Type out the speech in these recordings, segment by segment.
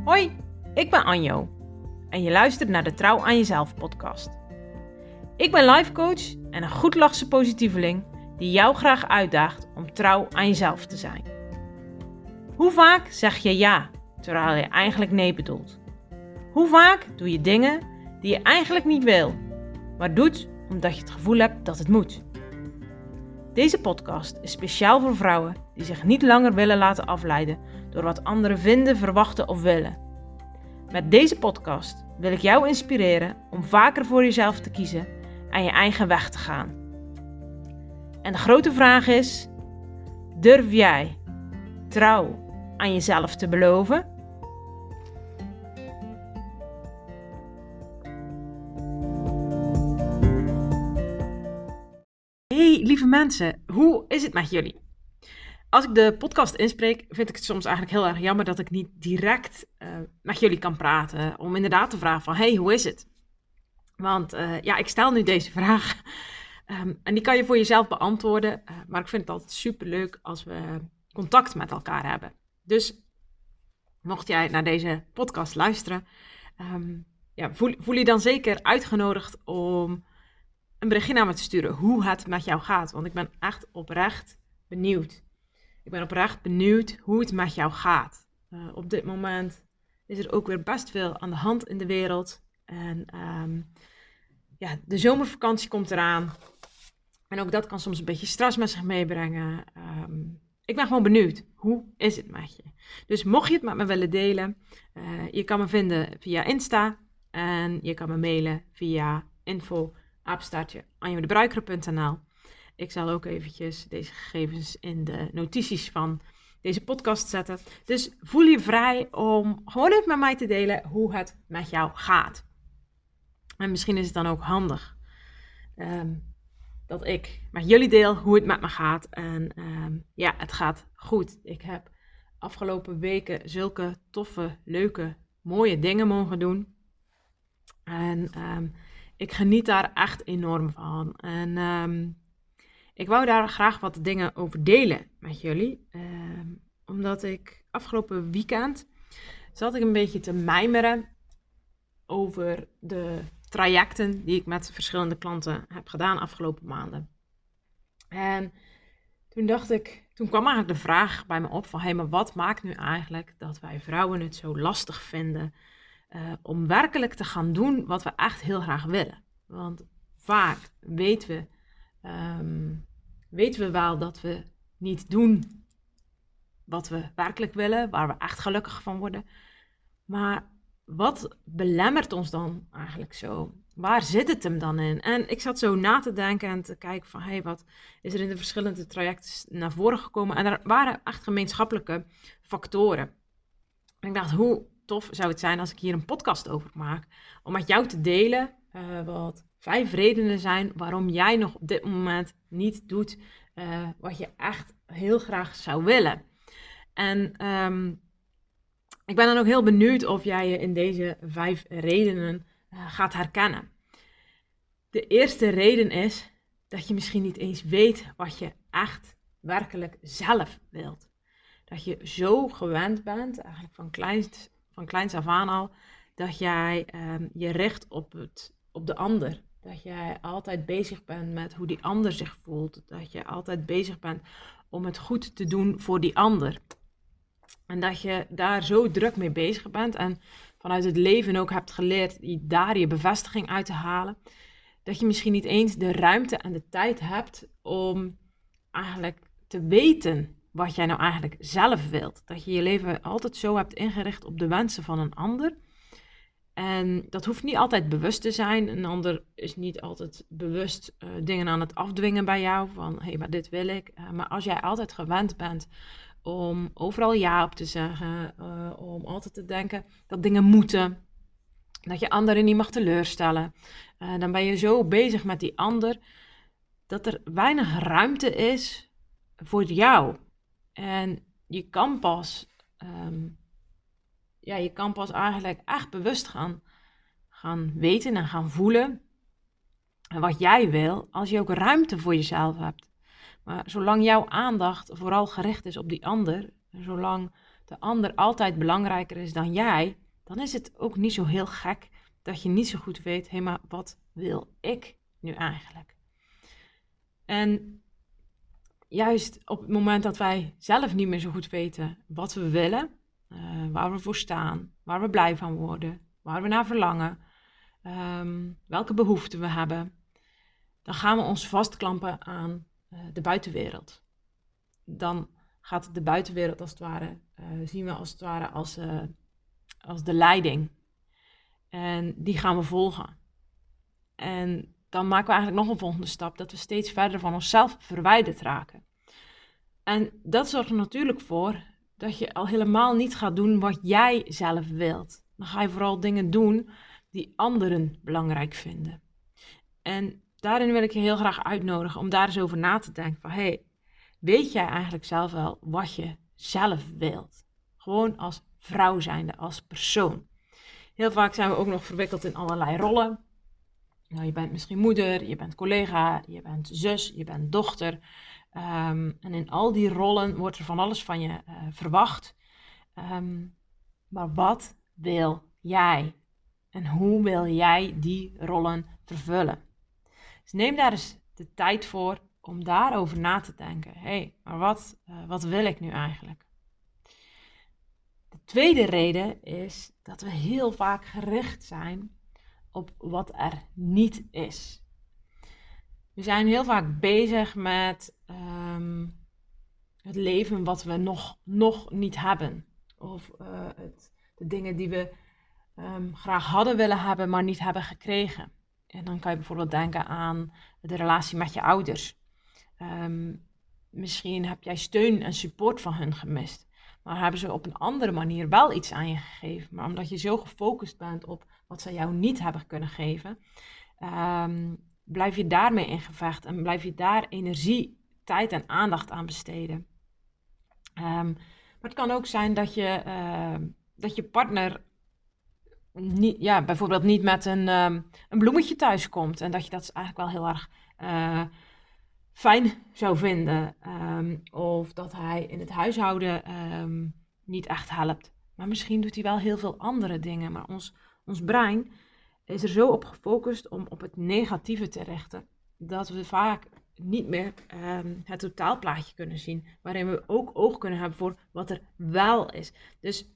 Hoi, ik ben Anjo en je luistert naar de Trouw aan Jezelf podcast. Ik ben life coach en een goedlachse positieveling die jou graag uitdaagt om trouw aan jezelf te zijn. Hoe vaak zeg je ja, terwijl je eigenlijk nee bedoelt? Hoe vaak doe je dingen die je eigenlijk niet wil, maar doet omdat je het gevoel hebt dat het moet? Deze podcast is speciaal voor vrouwen die zich niet langer willen laten afleiden door wat anderen vinden, verwachten of willen. Met deze podcast wil ik jou inspireren om vaker voor jezelf te kiezen en je eigen weg te gaan. En de grote vraag is: durf jij trouw aan jezelf te beloven? Hey lieve mensen, hoe is het met jullie? Als ik de podcast inspreek, vind ik het soms eigenlijk heel erg jammer dat ik niet direct met jullie kan praten. Om inderdaad te vragen van, hey, hoe is het? Want ik stel nu deze vraag. En die kan je voor jezelf beantwoorden. Maar ik vind het altijd superleuk als we contact met elkaar hebben. Dus mocht jij naar deze podcast luisteren, voel je dan zeker uitgenodigd om een berichtje naar me te sturen hoe het met jou gaat. Want ik ben echt oprecht benieuwd. Ik ben oprecht benieuwd hoe het met jou gaat. Op dit moment is er ook weer best veel aan de hand in de wereld. En de zomervakantie komt eraan. En ook dat kan soms een beetje stress met zich meebrengen. Ik ben gewoon benieuwd. Hoe is het met je? Dus mocht je het met me willen delen, je kan me vinden via Insta. En je kan me mailen via info@anjodebruikere.nl. Ik zal ook eventjes deze gegevens in de notities van deze podcast zetten. Dus voel je vrij om gewoon even met mij te delen hoe het met jou gaat. En misschien is het dan ook handig dat ik met jullie deel hoe het met me gaat. En het gaat goed. Ik heb afgelopen weken zulke toffe, leuke, mooie dingen mogen doen. En ik geniet daar echt enorm van. En ik wou daar graag wat dingen over delen met jullie. Omdat ik afgelopen weekend zat ik een beetje te mijmeren over de trajecten die ik met verschillende klanten heb gedaan afgelopen maanden. En toen kwam eigenlijk de vraag bij me op van, hey, maar wat maakt nu eigenlijk dat wij vrouwen het zo lastig vinden om werkelijk te gaan doen wat we echt heel graag willen? Want vaak weten we wel dat we niet doen wat we werkelijk willen, waar we echt gelukkig van worden. Maar wat belemmert ons dan eigenlijk zo? Waar zit het hem dan in? En ik zat zo na te denken en te kijken van, hey, wat is er in de verschillende trajecten naar voren gekomen? En er waren echt gemeenschappelijke factoren. En ik dacht, hoe tof zou het zijn als ik hier een podcast over maak, om met jou te delen wat 5 redenen zijn waarom jij nog op dit moment niet doet wat je echt heel graag zou willen. En ik ben dan ook heel benieuwd of jij je in deze 5 redenen gaat herkennen. De eerste reden is dat je misschien niet eens weet wat je echt werkelijk zelf wilt. Dat je zo gewend bent, eigenlijk van kleins af aan al, dat jij je richt op de ander. Dat jij altijd bezig bent met hoe die ander zich voelt. Dat je altijd bezig bent om het goed te doen voor die ander. En dat je daar zo druk mee bezig bent en vanuit het leven ook hebt geleerd daar je bevestiging uit te halen. Dat je misschien niet eens de ruimte en de tijd hebt om eigenlijk te weten wat jij nou eigenlijk zelf wilt. Dat je je leven altijd zo hebt ingericht op de wensen van een ander. En dat hoeft niet altijd bewust te zijn. Een ander is niet altijd bewust dingen aan het afdwingen bij jou. Van, hé, maar dit wil ik. Maar als jij altijd gewend bent om overal ja op te zeggen. Om altijd te denken dat dingen moeten. Dat je anderen niet mag teleurstellen. Dan ben je zo bezig met die ander. Dat er weinig ruimte is voor jou. En je kan pas eigenlijk echt bewust gaan weten en gaan voelen wat jij wil, als je ook ruimte voor jezelf hebt. Maar zolang jouw aandacht vooral gericht is op die ander, zolang de ander altijd belangrijker is dan jij, dan is het ook niet zo heel gek dat je niet zo goed weet, hé, maar wat wil ik nu eigenlijk? En juist op het moment dat wij zelf niet meer zo goed weten wat we willen, waar we voor staan, waar we blij van worden, waar we naar verlangen, welke behoeften we hebben, dan gaan we ons vastklampen aan de buitenwereld. Dan gaat de buitenwereld als het ware, zien we als het ware als de leiding. En die gaan we volgen. En dan maken we eigenlijk nog een volgende stap, dat we steeds verder van onszelf verwijderd raken. En dat zorgt er natuurlijk voor dat je al helemaal niet gaat doen wat jij zelf wilt. Dan ga je vooral dingen doen die anderen belangrijk vinden. En daarin wil ik je heel graag uitnodigen om daar eens over na te denken van, hey, weet jij eigenlijk zelf wel wat je zelf wilt? Gewoon als vrouw zijnde, als persoon. Heel vaak zijn we ook nog verwikkeld in allerlei rollen. Nou, je bent misschien moeder, je bent collega, je bent zus, je bent dochter. En in al die rollen wordt er van alles van je verwacht. Maar wat wil jij? En hoe wil jij die rollen vervullen? Dus neem daar eens de tijd voor om daarover na te denken. Hé, maar wat wil ik nu eigenlijk? De tweede reden is dat we heel vaak gericht zijn op wat er niet is. We zijn heel vaak bezig met het leven wat we nog niet hebben. Of de dingen die we graag hadden willen hebben, maar niet hebben gekregen. En dan kan je bijvoorbeeld denken aan de relatie met je ouders. Misschien heb jij steun en support van hun gemist. Maar hebben ze op een andere manier wel iets aan je gegeven. Maar omdat je zo gefocust bent op wat ze jou niet hebben kunnen geven, blijf je daarmee in gevecht en blijf je daar energie, tijd en aandacht aan besteden. Maar het kan ook zijn dat je partner bijvoorbeeld niet met een bloemetje thuis komt. En dat je dat eigenlijk wel heel erg fijn zou vinden. Of dat hij in het huishouden niet echt helpt. Maar misschien doet hij wel heel veel andere dingen. Maar ons brein is er zo op gefocust om op het negatieve te richten, dat we vaak niet meer het totaalplaatje kunnen zien. Waarin we ook oog kunnen hebben voor wat er wel is. Dus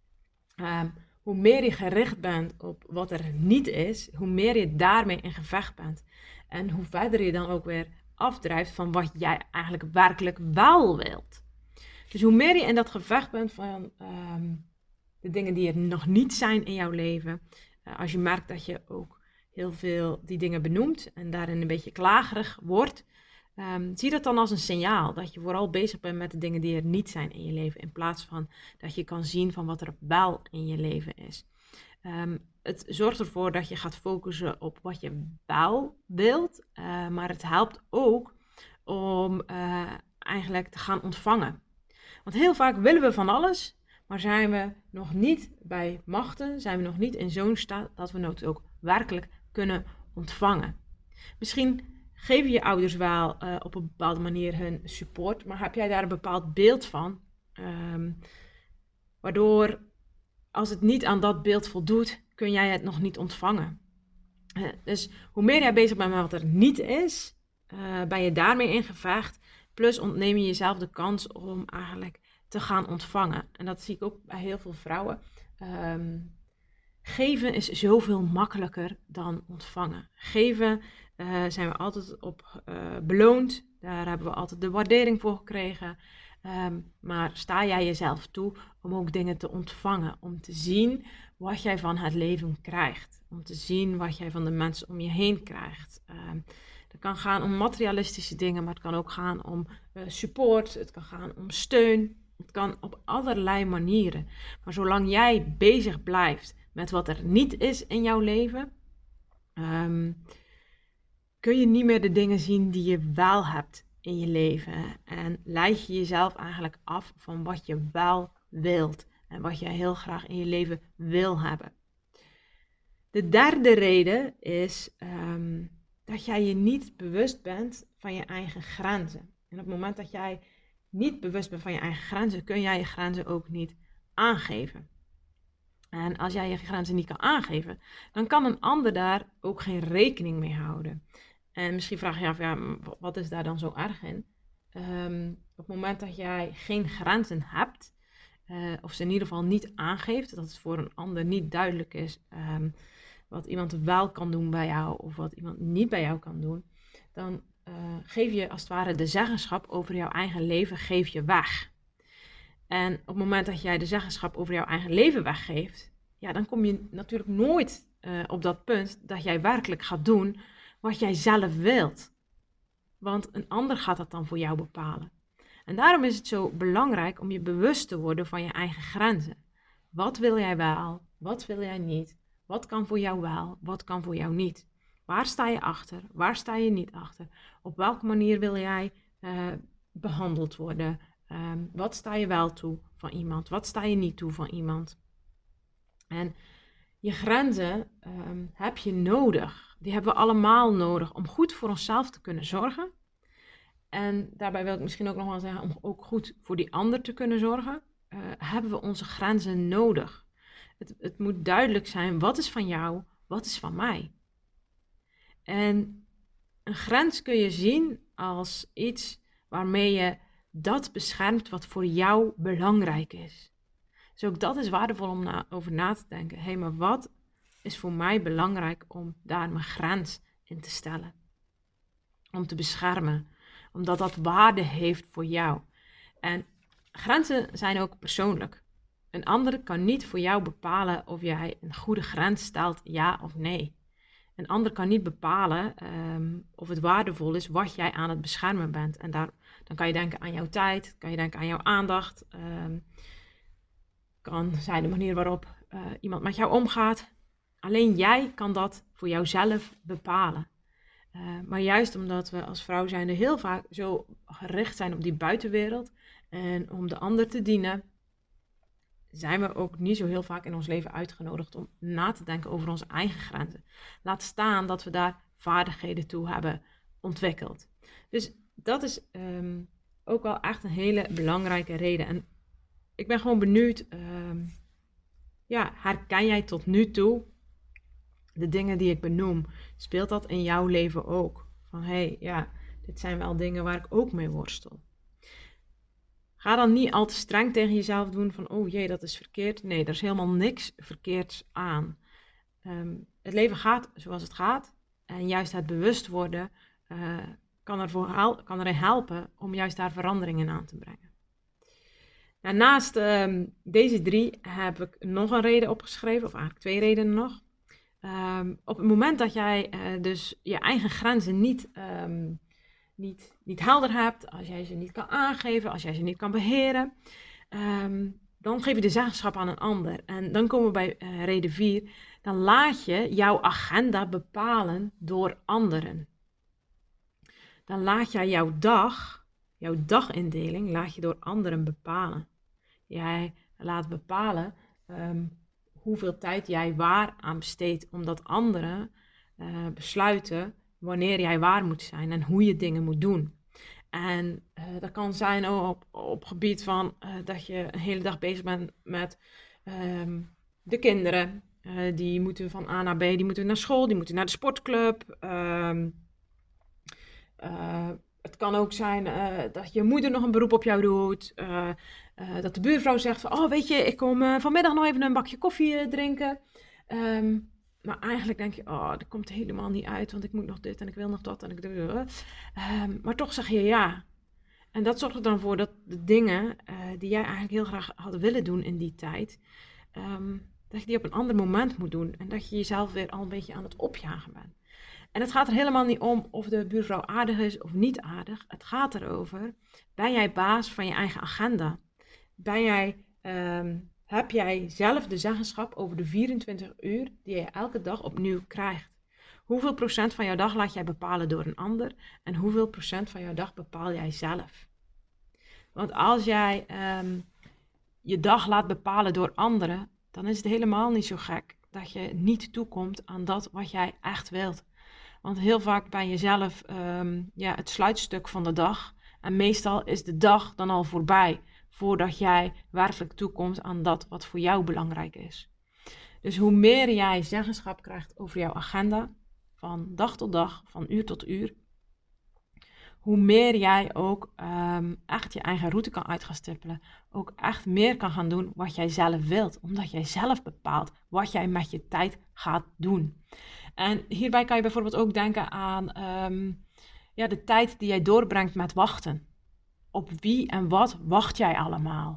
hoe meer je gericht bent op wat er niet is, hoe meer je daarmee in gevecht bent. En hoe verder je dan ook weer afdrijft van wat jij eigenlijk werkelijk wel wilt. Dus hoe meer je in dat gevecht bent van de dingen die er nog niet zijn in jouw leven. Als je merkt dat je ook heel veel die dingen benoemt en daarin een beetje klagerig wordt. Zie dat dan als een signaal dat je vooral bezig bent met de dingen die er niet zijn in je leven. In plaats van dat je kan zien van wat er wel in je leven is. Het zorgt ervoor dat je gaat focussen op wat je wel wilt. Maar het helpt ook om eigenlijk te gaan ontvangen. Want heel vaak willen we van alles, maar zijn we nog niet bij machten, zijn we nog niet in zo'n staat dat we het ook werkelijk kunnen ontvangen. Misschien geven je ouders wel op een bepaalde manier hun support, maar heb jij daar een bepaald beeld van? Waardoor, als het niet aan dat beeld voldoet, kun jij het nog niet ontvangen. Dus hoe meer jij bezig bent met wat er niet is, ben je daarmee in gevecht. Plus ontneem je jezelf de kans om eigenlijk te gaan ontvangen. En dat zie ik ook bij heel veel vrouwen. Geven is zoveel makkelijker dan ontvangen. Geven zijn we altijd op beloond. Daar hebben we altijd de waardering voor gekregen. Maar sta jij jezelf toe om ook dingen te ontvangen. Om te zien wat jij van het leven krijgt. Om te zien wat jij van de mensen om je heen krijgt. Het kan gaan om materialistische dingen, maar het kan ook gaan om support. Het kan gaan om steun. Het kan op allerlei manieren. Maar zolang jij bezig blijft met wat er niet is in jouw leven, kun je niet meer de dingen zien die je wel hebt in je leven. En leid je jezelf eigenlijk af van wat je wel wilt. En wat je heel graag in je leven wil hebben. De derde reden is dat jij je niet bewust bent van je eigen grenzen. En op het moment dat jij niet bewust bent van je eigen grenzen, kun jij je grenzen ook niet aangeven. En als jij je grenzen niet kan aangeven, dan kan een ander daar ook geen rekening mee houden. En misschien vraag je je af, ja, wat is daar dan zo erg in? Op het moment dat jij geen grenzen hebt, of ze in ieder geval niet aangeeft, dat het voor een ander niet duidelijk is wat iemand wel kan doen bij jou of wat iemand niet bij jou kan doen, dan geef je als het ware de zeggenschap over jouw eigen leven geef je weg. En op het moment dat jij de zeggenschap over jouw eigen leven weggeeft, ja, dan kom je natuurlijk nooit op dat punt dat jij werkelijk gaat doen wat jij zelf wilt. Want een ander gaat dat dan voor jou bepalen. En daarom is het zo belangrijk om je bewust te worden van je eigen grenzen. Wat wil jij wel? Wat wil jij niet? Wat kan voor jou wel? Wat kan voor jou niet? Waar sta je achter? Waar sta je niet achter? Op welke manier wil jij behandeld worden? Wat sta je wel toe van iemand? Wat sta je niet toe van iemand? En je grenzen heb je nodig. Die hebben we allemaal nodig om goed voor onszelf te kunnen zorgen. En daarbij wil ik misschien ook nog wel zeggen, om ook goed voor die ander te kunnen zorgen, hebben we onze grenzen nodig. Het moet duidelijk zijn, wat is van jou, wat is van mij. En een grens kun je zien als iets waarmee je dat beschermt wat voor jou belangrijk is. Dus ook dat is waardevol om over na te denken. Hé, maar wat is voor mij belangrijk om daar mijn grens in te stellen? Om te beschermen. Omdat dat waarde heeft voor jou. En grenzen zijn ook persoonlijk. Een ander kan niet voor jou bepalen of jij een goede grens stelt, ja of nee. Een ander kan niet bepalen of het waardevol is wat jij aan het beschermen bent. En dan kan je denken aan jouw tijd, kan je denken aan jouw aandacht. Kan zijn de manier waarop iemand met jou omgaat. Alleen jij kan dat voor jouzelf bepalen. Maar juist omdat we als vrouw zijnde heel vaak zo gericht zijn op die buitenwereld en om de ander te dienen, zijn we ook niet zo heel vaak in ons leven uitgenodigd om na te denken over onze eigen grenzen. Laat staan dat we daar vaardigheden toe hebben ontwikkeld. Dus dat is ook wel echt een hele belangrijke reden. En ik ben gewoon benieuwd, herken jij tot nu toe de dingen die ik benoem? Speelt dat in jouw leven ook? Van dit zijn wel dingen waar ik ook mee worstel. Ga dan niet al te streng tegen jezelf doen van, oh jee, dat is verkeerd. Nee, er is helemaal niks verkeerds aan. Het leven gaat zoals het gaat. En juist het bewust worden kan erin helpen om juist daar veranderingen aan te brengen. Nou, naast deze 3 heb ik nog een reden opgeschreven, of eigenlijk 2 redenen nog. Op het moment dat jij dus je eigen grenzen niet helder hebt, als jij ze niet kan aangeven, als jij ze niet kan beheren, dan geef je de zeggenschap aan een ander. En dan komen we bij reden 4, dan laat je jouw agenda bepalen door anderen. Dan laat jij jouw dagindeling, laat je door anderen bepalen. Jij laat bepalen hoeveel tijd jij waar aan besteedt, omdat anderen besluiten wanneer jij waar moet zijn en hoe je dingen moet doen. En dat kan zijn op gebied van dat je een hele dag bezig bent met de kinderen. Die moeten van A naar B, die moeten naar school, die moeten naar de sportclub. Het kan ook zijn dat je moeder nog een beroep op jou doet. Dat de buurvrouw zegt van, oh weet je, ik kom vanmiddag nog even een bakje koffie drinken. Maar eigenlijk denk je, dat komt helemaal niet uit, want ik moet nog dit en ik wil nog dat. Maar toch zeg je ja. En dat zorgt er dan voor dat de dingen die jij eigenlijk heel graag had willen doen in die tijd, dat je die op een ander moment moet doen. En dat je jezelf weer al een beetje aan het opjagen bent. En het gaat er helemaal niet om of de buurvrouw aardig is of niet aardig. Het gaat erover, ben jij baas van je eigen agenda? Heb jij zelf de zeggenschap over de 24 uur die je elke dag opnieuw krijgt? Hoeveel procent van jouw dag laat jij bepalen door een ander? En hoeveel procent van jouw dag bepaal jij zelf? Want als jij je dag laat bepalen door anderen, dan is het helemaal niet zo gek dat je niet toekomt aan dat wat jij echt wilt. Want heel vaak ben je zelf het sluitstuk van de dag En meestal is de dag dan al voorbij, voordat jij werkelijk toekomt aan dat wat voor jou belangrijk is. Dus hoe meer jij zeggenschap krijgt over jouw agenda, van dag tot dag, van uur tot uur, hoe meer jij ook echt je eigen route kan uit gaan stippelen. Ook echt meer kan gaan doen wat jij zelf wilt. Omdat jij zelf bepaalt wat jij met je tijd gaat doen. En hierbij kan je bijvoorbeeld ook denken aan de tijd die jij doorbrengt met wachten. Op wie en wat wacht jij allemaal?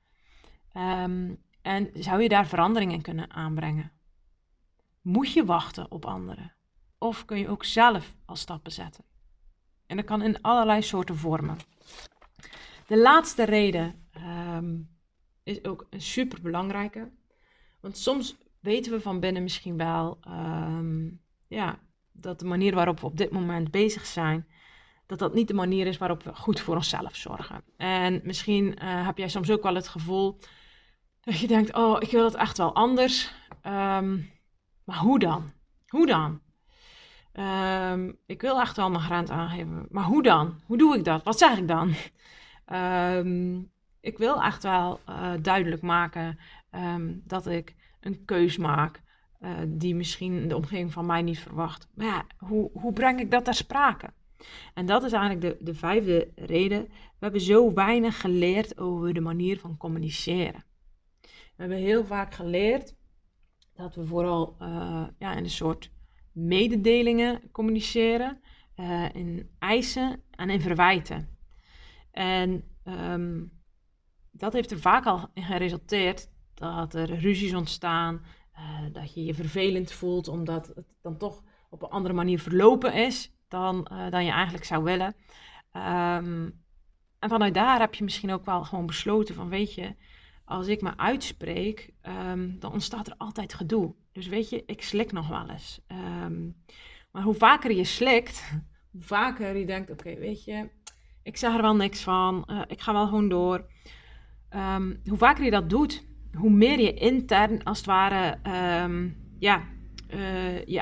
En zou je daar veranderingen kunnen aanbrengen? Moet je wachten op anderen? Of kun je ook zelf al stappen zetten? En dat kan in allerlei soorten vormen. De laatste reden is ook een super belangrijke. Want soms weten we van binnen misschien wel dat de manier waarop we op dit moment bezig zijn, dat niet de manier is waarop we goed voor onszelf zorgen. En misschien heb jij soms ook wel het gevoel dat je denkt, oh, ik wil het echt wel anders. Maar hoe dan? Hoe dan? Ik wil echt wel mijn grens aangeven. Maar hoe dan? Hoe doe ik dat? Wat zeg ik dan? Ik wil echt wel duidelijk maken dat ik een keus maak die misschien de omgeving van mij niet verwacht. Maar ja, hoe breng ik dat ter sprake? En dat is eigenlijk de vijfde reden. We hebben zo weinig geleerd over de manier van communiceren. We hebben heel vaak geleerd dat we vooral in een soort mededelingen communiceren, in eisen en in verwijten. En dat heeft er vaak al in geresulteerd dat er ruzies ontstaan, dat je je vervelend voelt omdat het dan toch op een andere manier verlopen is dan je eigenlijk zou willen. En vanuit daar heb je misschien ook wel gewoon besloten van, weet je, als ik me uitspreek, dan ontstaat er altijd gedoe. Dus weet je, ik slik nog wel eens. Maar hoe vaker je slikt, hoe vaker je denkt, oké, weet je, ik zeg er wel niks van, ik ga wel gewoon door. Hoe vaker je dat doet, hoe meer je intern als het ware je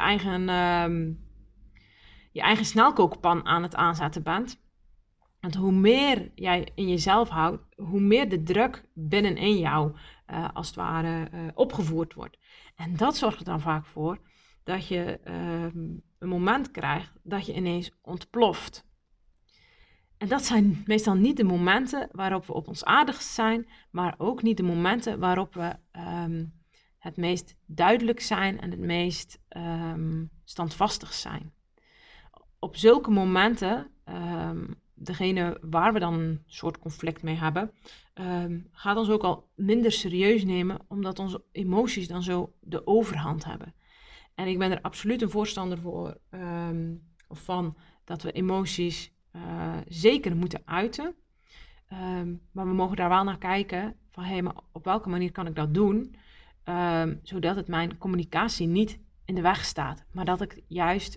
eigen snelkookpan aan het aanzetten bent. Want hoe meer jij in jezelf houdt, hoe meer de druk binnenin jou als het ware opgevoerd wordt. En dat zorgt er dan vaak voor dat je een moment krijgt dat je ineens ontploft. En dat zijn meestal niet de momenten waarop we op ons aardigst zijn, maar ook niet de momenten waarop we het meest duidelijk zijn en het meest standvastig zijn. Op zulke momenten, degene waar we dan een soort conflict mee hebben, gaat ons ook al minder serieus nemen, omdat onze emoties dan zo de overhand hebben. En ik ben er absoluut een voorstander van dat we emoties zeker moeten uiten. Maar we mogen daar wel naar kijken van, maar op welke manier kan ik dat doen? Zodat het mijn communicatie niet in de weg staat, maar dat ik juist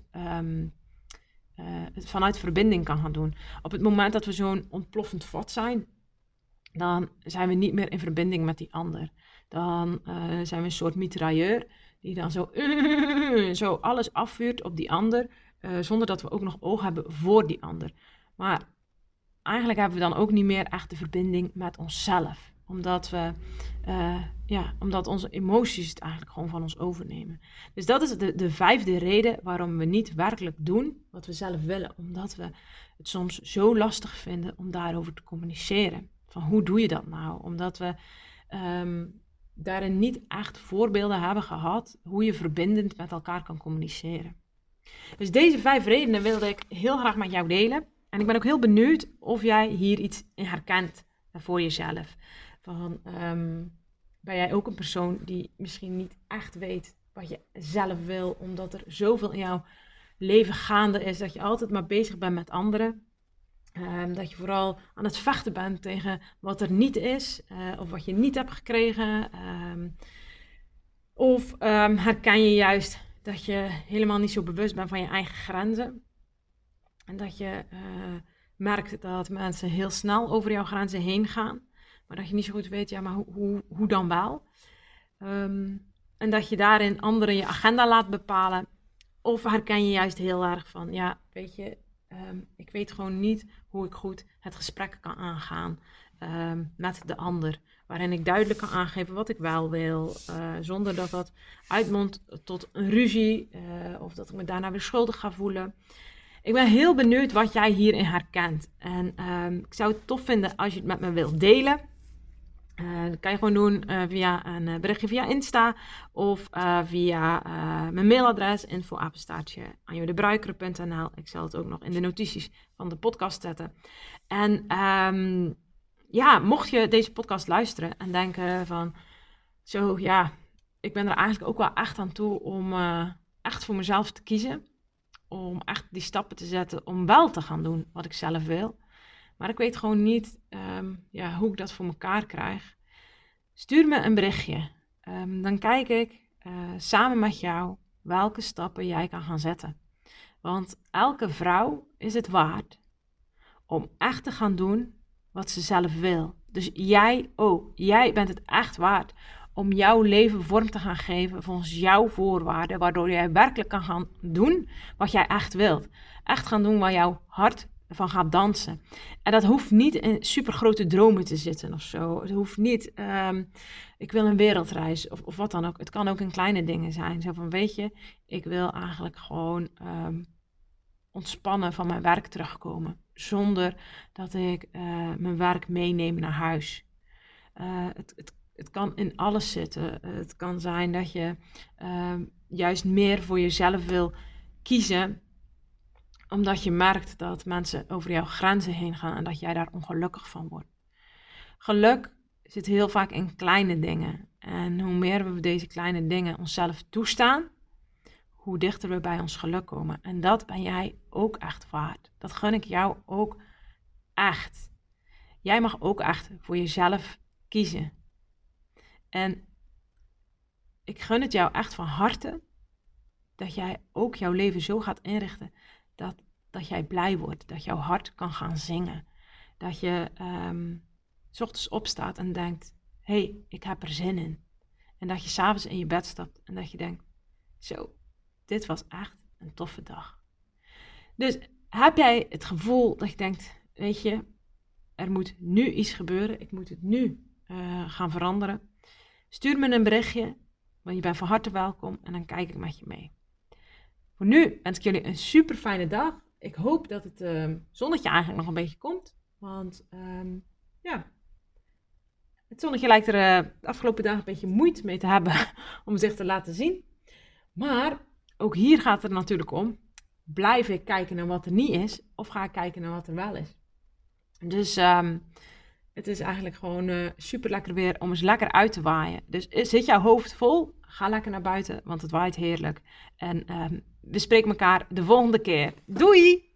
het vanuit verbinding kan gaan doen. Op het moment dat we zo'n ontploffend vat zijn, dan zijn we niet meer in verbinding met die ander. Dan zijn we een soort mitrailleur die dan zo alles afvuurt op die ander, zonder dat we ook nog oog hebben voor die ander. Maar eigenlijk hebben we dan ook niet meer echt de verbinding met onszelf. Omdat onze emoties het eigenlijk gewoon van ons overnemen. Dus dat is de vijfde reden waarom we niet werkelijk doen wat we zelf willen. Omdat we het soms zo lastig vinden om daarover te communiceren. Van hoe doe je dat nou? Omdat we daarin niet echt voorbeelden hebben gehad hoe je verbindend met elkaar kan communiceren. Dus deze 5 redenen wilde ik heel graag met jou delen. En ik ben ook heel benieuwd of jij hier iets in herkent voor jezelf. Ben jij ook een persoon die misschien niet echt weet wat je zelf wil, omdat er zoveel in jouw leven gaande is, dat je altijd maar bezig bent met anderen. Dat je vooral aan het vechten bent tegen wat er niet is, of wat je niet hebt gekregen. Of herken je juist dat je helemaal niet zo bewust bent van je eigen grenzen. En dat je merkt dat mensen heel snel over jouw grenzen heen gaan. Maar dat je niet zo goed weet, maar hoe dan wel? En dat je daarin anderen je agenda laat bepalen. Of herken je juist heel erg van, weet je, Ik weet gewoon niet hoe ik goed het gesprek kan aangaan met de ander. Waarin ik duidelijk kan aangeven wat ik wel wil. Zonder dat dat uitmondt tot een ruzie. Of dat ik me daarna weer schuldig ga voelen. Ik ben heel benieuwd wat jij hierin herkent. En ik zou het tof vinden als je het met me wilt delen. Dat kan je gewoon doen via een berichtje via Insta of via mijn mailadres info@anjodebruikere.nl. Ik zal het ook nog in de notities van de podcast zetten. En mocht je deze podcast luisteren en denken van zo ja, ik ben er eigenlijk ook wel echt aan toe om echt voor mezelf te kiezen. Om echt die stappen te zetten om wel te gaan doen wat ik zelf wil. Maar ik weet gewoon niet hoe ik dat voor elkaar krijg. Stuur me een berichtje. Dan kijk ik samen met jou welke stappen jij kan gaan zetten. Want elke vrouw is het waard om echt te gaan doen wat ze zelf wil. Dus jij ook. Jij bent het echt waard om jouw leven vorm te gaan geven volgens jouw voorwaarden. Waardoor jij werkelijk kan gaan doen wat jij echt wilt. Echt gaan doen waar jouw hart van gaat dansen. En dat hoeft niet in supergrote dromen te zitten of zo. Het hoeft niet, ik wil een wereldreis of wat dan ook. Het kan ook in kleine dingen zijn. Zo van, weet je, ik wil eigenlijk gewoon ontspannen van mijn werk terugkomen. Zonder dat ik mijn werk meeneem naar huis. Het kan in alles zitten. Het kan zijn dat je juist meer voor jezelf wil kiezen, omdat je merkt dat mensen over jouw grenzen heen gaan en dat jij daar ongelukkig van wordt. Geluk zit heel vaak in kleine dingen. En hoe meer we deze kleine dingen onszelf toestaan, hoe dichter we bij ons geluk komen. En dat ben jij ook echt waard. Dat gun ik jou ook echt. Jij mag ook echt voor jezelf kiezen. En ik gun het jou echt van harte dat jij ook jouw leven zo gaat inrichten dat jij blij wordt, dat jouw hart kan gaan zingen. Dat je 's ochtends opstaat en denkt, hey, ik heb er zin in. En dat je 's avonds in je bed stapt en dat je denkt, zo, dit was echt een toffe dag. Dus heb jij het gevoel dat je denkt, weet je, er moet nu iets gebeuren, ik moet het nu gaan veranderen. Stuur me een berichtje, want je bent van harte welkom en dan kijk ik met je mee. Voor nu wens ik jullie een super fijne dag. Ik hoop dat het zonnetje eigenlijk nog een beetje komt. Want het zonnetje lijkt er de afgelopen dagen een beetje moeite mee te hebben om zich te laten zien. Maar ook hier gaat het natuurlijk om. Blijf ik kijken naar wat er niet is of ga ik kijken naar wat er wel is? Dus het is eigenlijk gewoon super lekker weer om eens lekker uit te waaien. Dus zit jouw hoofd vol? Ga lekker naar buiten, want het waait heerlijk. En we spreken elkaar de volgende keer. Doei!